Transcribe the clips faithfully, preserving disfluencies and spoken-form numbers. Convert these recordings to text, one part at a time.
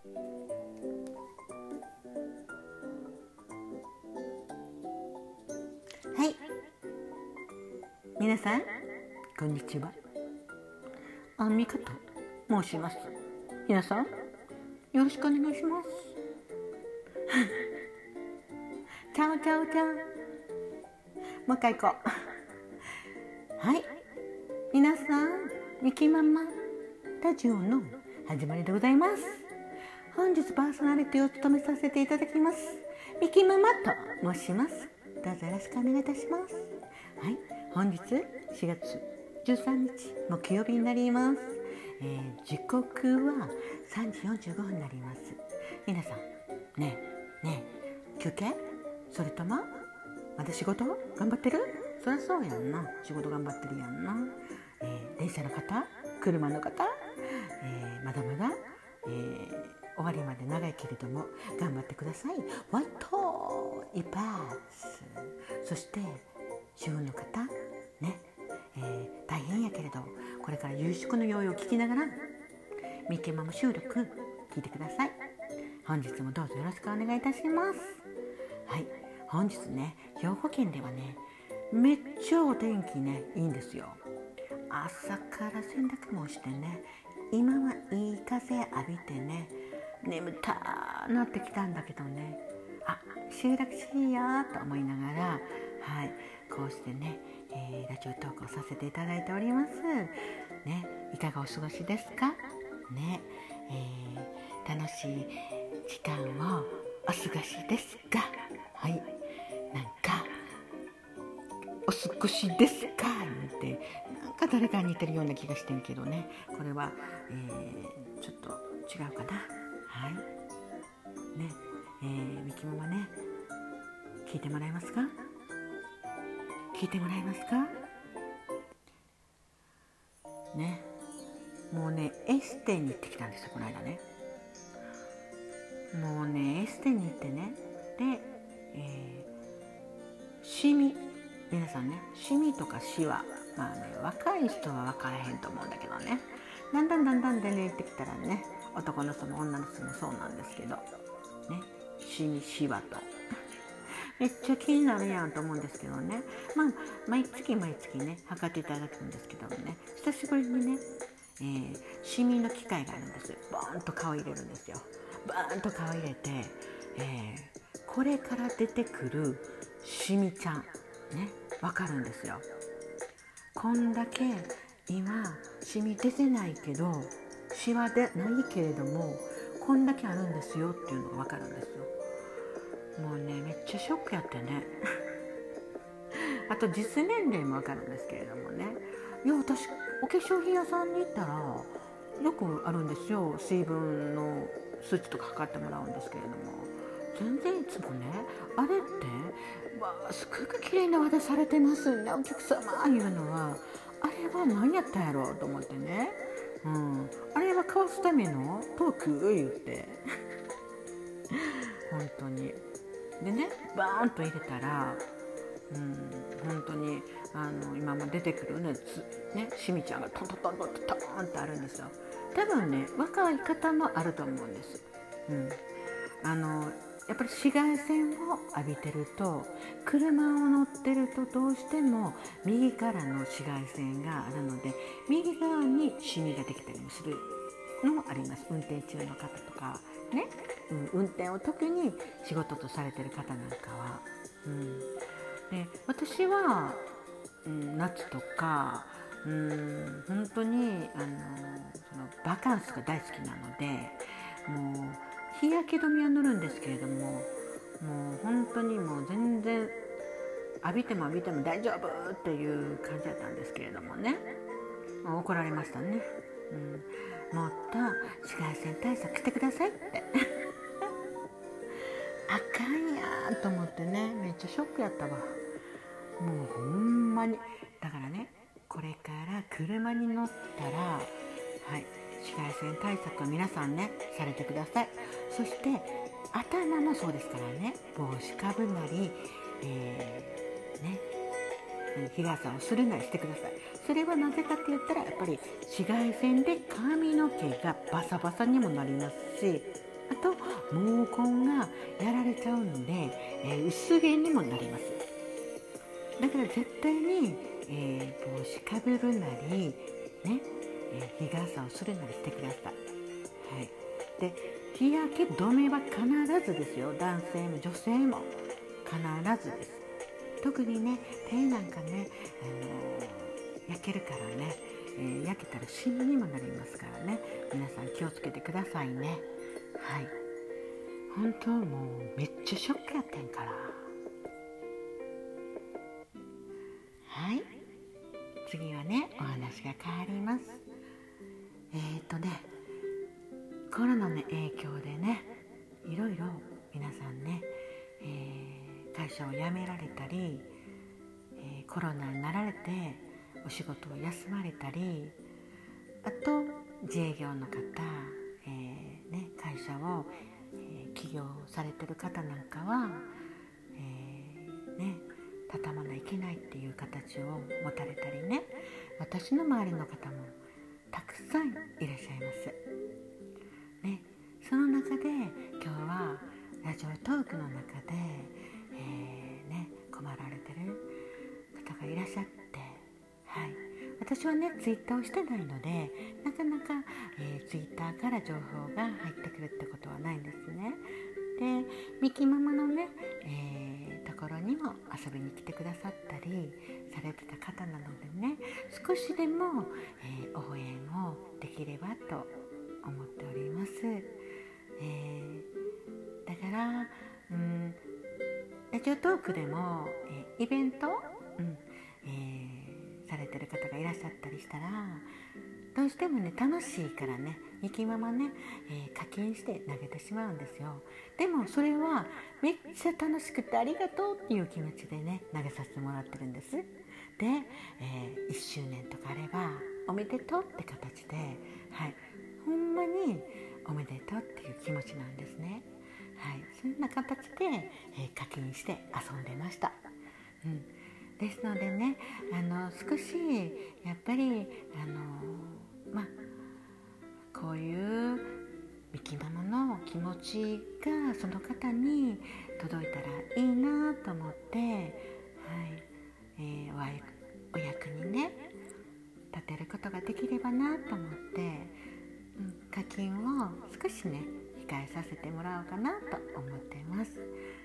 はい、皆さんこんにちは。アンミカと申します。皆さんよろしくお願いします。チャオチャオチャオ。もう一回行こう。はい、皆さんミキママラジオの始まりでございます。本日パーソナリティを務めさせていただきますミキママと申します。どうぞよろしくお願いいたします。はい、本日しがつじゅうさんにち木曜日になります。えー、時刻はさんじよんじゅうごふんになります。皆さんねえねえ休憩？それともまだ仕事頑張ってる？そりゃそうやんな、仕事頑張ってるやんな。えー、電車の方、車の方、えー、まだまだ、えー、終わりまで長いけれども頑張ってください。ワイト一発。そして主婦の方ね、えー、大変やけれどこれから夕食の用意を聞きながらミキママ収録聞いてください。本日もどうぞよろしくお願いいたします。はい、本日ね、兵庫県ではねめっちゃお天気ねいいんですよ。朝から洗濯もしてね、今はいい風浴びてね、眠たーなってきたんだけどね、あ、収録しようと思いながら、はい、こうしてね、えー、ラジオトークをさせていただいておりますね。いかがお過ごしですかね、えー、楽しい時間をお過ごしですか？はい、なんかお過ごしですかってなんか誰かに似てるような気がしてんけどね、これは、えー、ちょっと違うかな。はいね、えー、ミキママね、聞いてもらえますか？聞いてもらえますかね。もうねエステに行ってきたんですよ、この間ね。もうねエステに行ってね、で、えー、シミ、皆さんね、シミとかシワ、まあね、若い人は分からへんと思うんだけどね、だんだんだんだんでね行ってきたらね、男の人も女の人もそうなんですけどね、シミシワとめっちゃ気になるやんと思うんですけどね、まあ毎月毎月ね測っていただくんですけどもね、久しぶりにね、えー、シミの機械があるんですよ。バーンと顔入れるんですよ。バーンと顔入れて、えー、これから出てくるシミちゃんね、わかるんですよ。こんだけ今シミ出てないけどシワでないけれどもこんだけあるんですよっていうのがわかるんですよ。もうねめっちゃショックやってねあと実年齢もわかるんですけれどもね、いや私お化粧品屋さんに行ったらよくあるんですよ、水分の数値とか測ってもらうんですけれども、全然いつもねあれってわあすごく綺麗な技されてますねお客様いうのは、あれは何やったんやろうと思ってね、うん、あれはかわすためのトーク言って本当にでね、バーンと入れたら、うん、本当にあの今も出てくるね、ねシミちゃんがトントントントントンってあるんですよ。多分ね若い方もあると思うんです、うん、あのやっぱり紫外線を浴びてると、車を乗ってるとどうしても右からの紫外線があるので右側にシミができたりもするのもあります。運転中の方とかね、うん、運転を特に仕事とされてる方なんかは、うん、で私は、うん、夏とか、うん、本当にあのそのバカンスが大好きなので、もう日焼け止めは塗るんですけれども、もう本当にもう全然浴びても浴びても大丈夫っていう感じだったんですけれどもね、もう怒られましたね、うん、もっと紫外線対策してくださいってあかんやと思ってね、めっちゃショックやったわ。もうほんまにだからね、これから車に乗ったら、はい、紫外線対策は皆さんねされてください。そして頭もそうですからね、帽子かぶなり、えー、ね日傘をするなりしてください。それはなぜかって言ったら、やっぱり紫外線で髪の毛がバサバサにもなりますし、 あと毛根がやられちゃうんで、えー、薄毛にもなります。だから絶対に、えー、帽子かぶるなりね、えー、日傘をするなりしてください。はい、で日焼け止めは必ずですよ。男性も女性も必ずです。特にね手なんかね、あのー、焼けるからね、えー、焼けたらシミにもなりますからね、皆さん気をつけてくださいね。はい、本当もうめっちゃショックやってんから。はい、次はねお話が変わります。えーとねコロナの影響でね、いろいろ皆さんね、えー、会社を辞められたり、えー、コロナになられてお仕事を休まれたり、あと自営業の方、えーね、会社を、えー、起業されてる方なんかは、えーね、畳まないといけないっていう形を持たれたりね、私の周りの方もたくさんいらっしゃいますね。その中で今日はラジオトークの中で、えーね、困られてる方がいらっしゃって、はい、私はねツイッターをしてないのでなかなか、えー、ツイッターから情報が入ってくるってことはないんですね。でミキママのね、えー、ところにも遊びに来てくださったりされてた方なのでね、少しでも、えー、応援をできればと思っております。えー、だから、うん、ラジオトークでも、えー、イベント、うんえー、されてる方がいらっしゃったりしたら、どうしてもね楽しいからねミキママね、えー、課金して投げてしまうんですよ。でもそれはめっちゃ楽しくてありがとうっていう気持ちでね投げさせてもらってるんです。で、えー、いっしゅうねんとかあればおめでとうって形で、はい、ほんまにおめでとうっていう気持ちなんですね。はい、そんな形で、えー、課金して遊んでました。うん、ですのでね、あの少しやっぱりあのまあこういうミキママの気持ちがその方に届いたらいいなと思って、はいえー、お, お役にね立てることができればなと思って、うん、課金を少しね控えさせてもらおうかなと思っています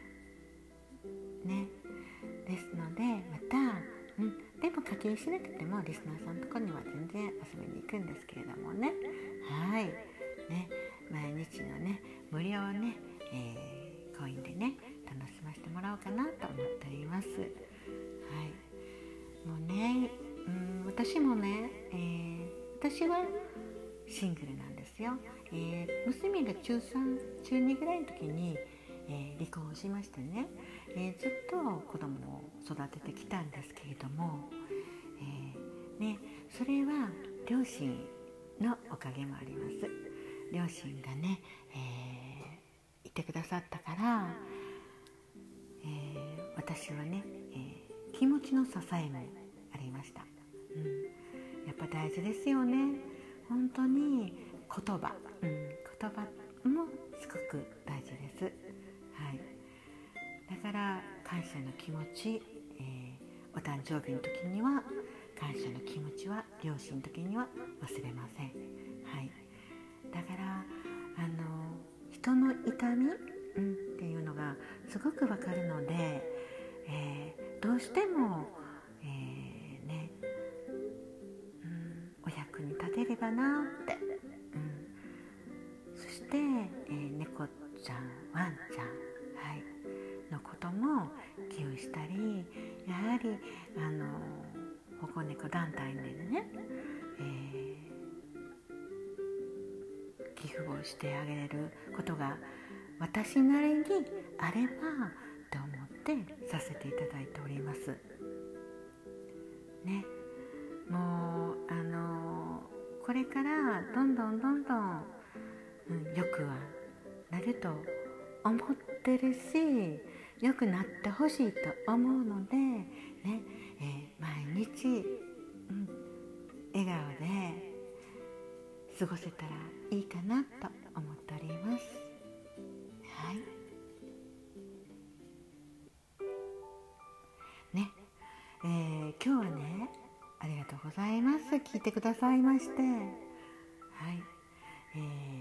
ね。ですのでまた、うん、でも課金しなくてもリスナーさんのところには全然遊びに行くんですけれどもね、はいね、毎日のね無料ね、えー、コインでね楽しませてもらおうかなと思っております。はい、もうね、うん、私もね、えー、私はシングルなんですよ。えー、娘が中さん、中にぐらいの時に、えー、離婚をしましてね、えー、ずっと子供を育ててきたんですけれども、えーね、それは両親のおかげもあります。両親がね、えー、いてくださったから、えー、私はね、えー、気持ちの支えもありました。うん、やっぱ大事ですよね。本当に言葉、うん、言葉もすごく大事です。はい。だから感謝の気持ち、えー、お誕生日の時には感謝の気持ちは両親の時には忘れません。はい。だからあの人の痛み、うん、っていうのがすごくわかるので、えー、どうしても、えー、ね、うん、お役に立てればなって、うん、そして、えー、猫ちゃんワンちゃん、はい、のことも寄付したり、やはりあの保護猫団体でね、えー、寄付をしてあげれることが私なりにあればと思ってさせていただいておりますね。もうあのこれからどんどんどんどん、うん、よくはなると思ってるし、良くなってほしいと思うので、ねえー、毎日、うん、笑顔で過ごせたらいいかなと思っております。 ざいます。聞いてくださいまして、はい、え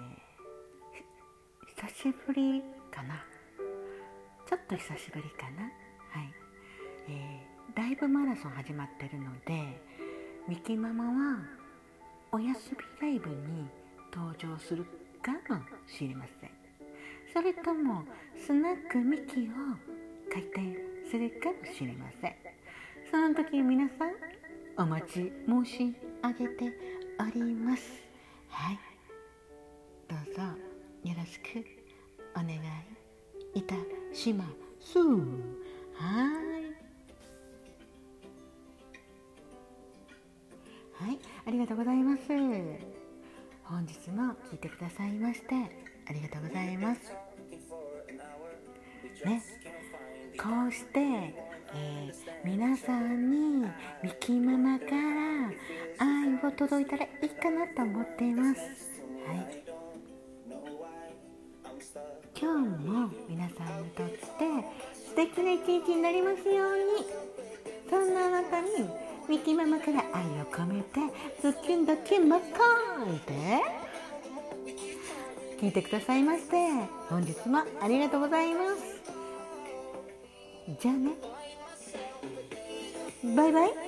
ー、久しぶりかな、ちょっと久しぶりかな、はい、えー、ライブマラソン始まってるので、ミキママはお休みライブに登場するかもしれません。それともスナックミキを開店するかもしれません。その時皆さんお待ち申し上げております。はい、どうぞよろしくお願いいたします。はいはい、ありがとうございます。本日も聞いてくださいましてありがとうございますね。こうして、えー、皆さんにミキママから愛を届いたらいいかなと思っています。はい、今日も皆さんにとって素敵な一日になりますように。そんなあなたにミキママから愛を込めてズキュンドキュンマッコーンって聞いてくださいまして本日もありがとうございます。じゃあね、バイバイ。